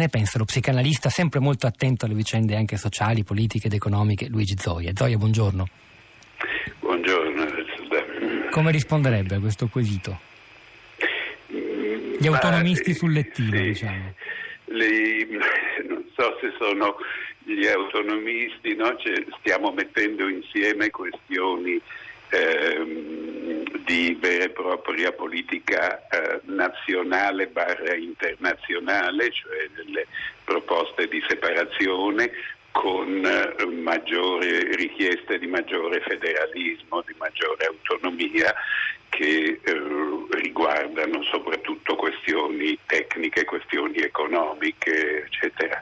ne pensa lo psicanalista sempre molto attento alle vicende anche sociali, politiche ed economiche, Luigi Zoia? Zoia, buongiorno. Buongiorno. Come risponderebbe a questo quesito? Gli autonomisti sul lettino, diciamo. Non so se sono gli autonomisti, no? Stiamo mettendo insieme questioni di vera e propria politica nazionale / internazionale, cioè delle proposte di separazione con maggiori richieste di maggiore federalismo, di maggiore autonomia, che riguardano soprattutto questioni tecniche, questioni economiche, eccetera.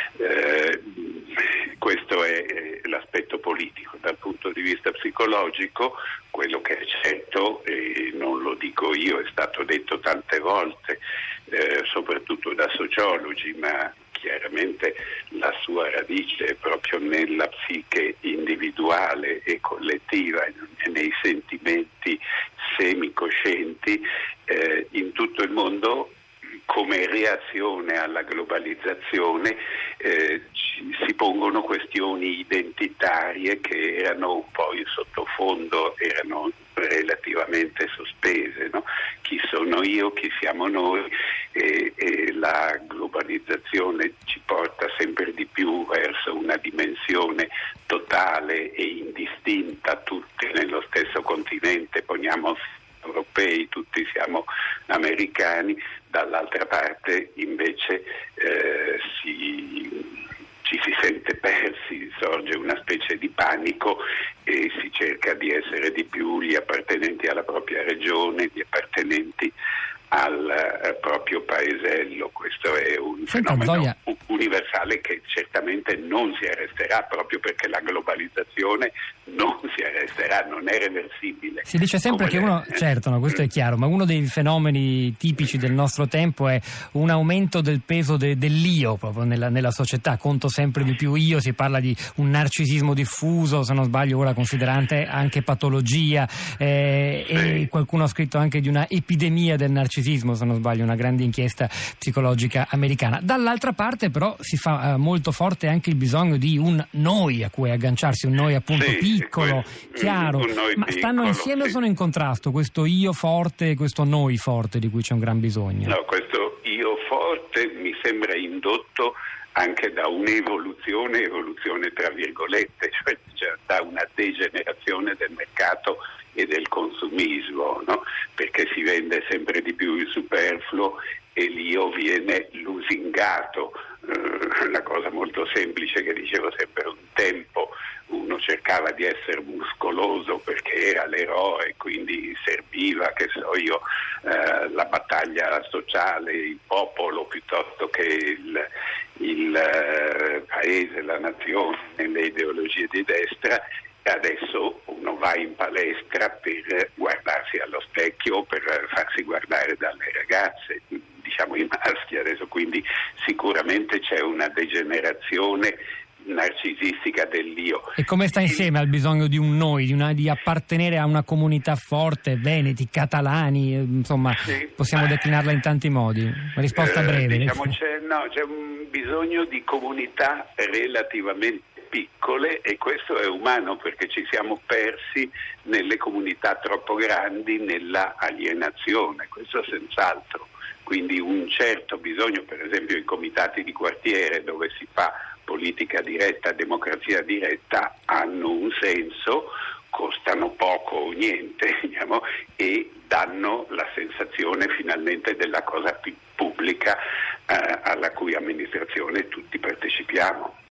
Questo è l'aspetto politico. Dal punto di vista psicologico, quello che è certo, e non lo dico io, è stato detto tante volte, soprattutto da sociologi, ma chiaramente la sua radice è proprio nella psiche individuale e collettiva, nei sentimenti semicoscienti. In tutto il mondo, come reazione alla globalizzazione, si pongono questioni identitarie che erano un po' in sottofondo, erano relativamente sospese, no? Chi sono io, chi siamo noi, e la globalizzazione ci porta sempre di più verso una dimensione totale e indistinta, tutti nello stesso continente, poniamo europei, tutti siamo americani. Dall'altra parte invece ci si sente persi, sorge una specie di panico e si cerca di essere di più gli appartenenti alla propria regione, gli appartenenti al proprio paesello. Questo è un fenomeno universale che certamente non si arresterà, proprio perché la globalizzazione non si arresterà, non è reversibile. Si dice sempre che certo, no, questo è chiaro, ma uno dei fenomeni tipici del nostro tempo è un aumento del peso dell'io proprio nella società. Conto sempre di più io, si parla di un narcisismo diffuso, se non sbaglio ora considerante anche patologia, e qualcuno ha scritto anche di una epidemia del narcisismo, se non sbaglio, una grande inchiesta psicologica americana. Dall'altra parte però si fa molto forte anche il bisogno di un noi a cui agganciarsi, un noi appunto piccolo, chiaro, ma stanno insieme o sono in contrasto questo io forte e questo noi forte di cui c'è un gran bisogno? No, questo io forte mi sembra indotto anche da un'evoluzione tra virgolette, cioè da una degenerazione del mercato e del consumismo, no? Perché si vende sempre di più il superfluo e l'io viene lusingato. Una cosa molto semplice che dicevo sempre un tempo: uno cercava di essere muscoloso perché era l'eroe, quindi serviva, che so io, la battaglia sociale, il popolo, piuttosto che il paese, la nazione, nelle ideologie di destra. E adesso uno va in palestra per guardarsi allo specchio, per farsi guardare dalle ragazze, diciamo i maschi adesso, quindi sicuramente c'è una degenerazione narcisistica dell'io. E come sta insieme al bisogno di un noi, di appartenere a una comunità forte, veneti, catalani, insomma, possiamo declinarla in tanti modi? Una risposta breve. Diciamo c'è un bisogno di comunità relativamente piccole, e questo è umano perché ci siamo persi nelle comunità troppo grandi, nella alienazione, questo senz'altro. Quindi un certo bisogno, per esempio i comitati di quartiere dove si fa politica diretta, democrazia diretta, hanno un senso, costano poco o niente, diciamo, e danno la sensazione finalmente della cosa più pubblica alla cui amministrazione tutti partecipiamo.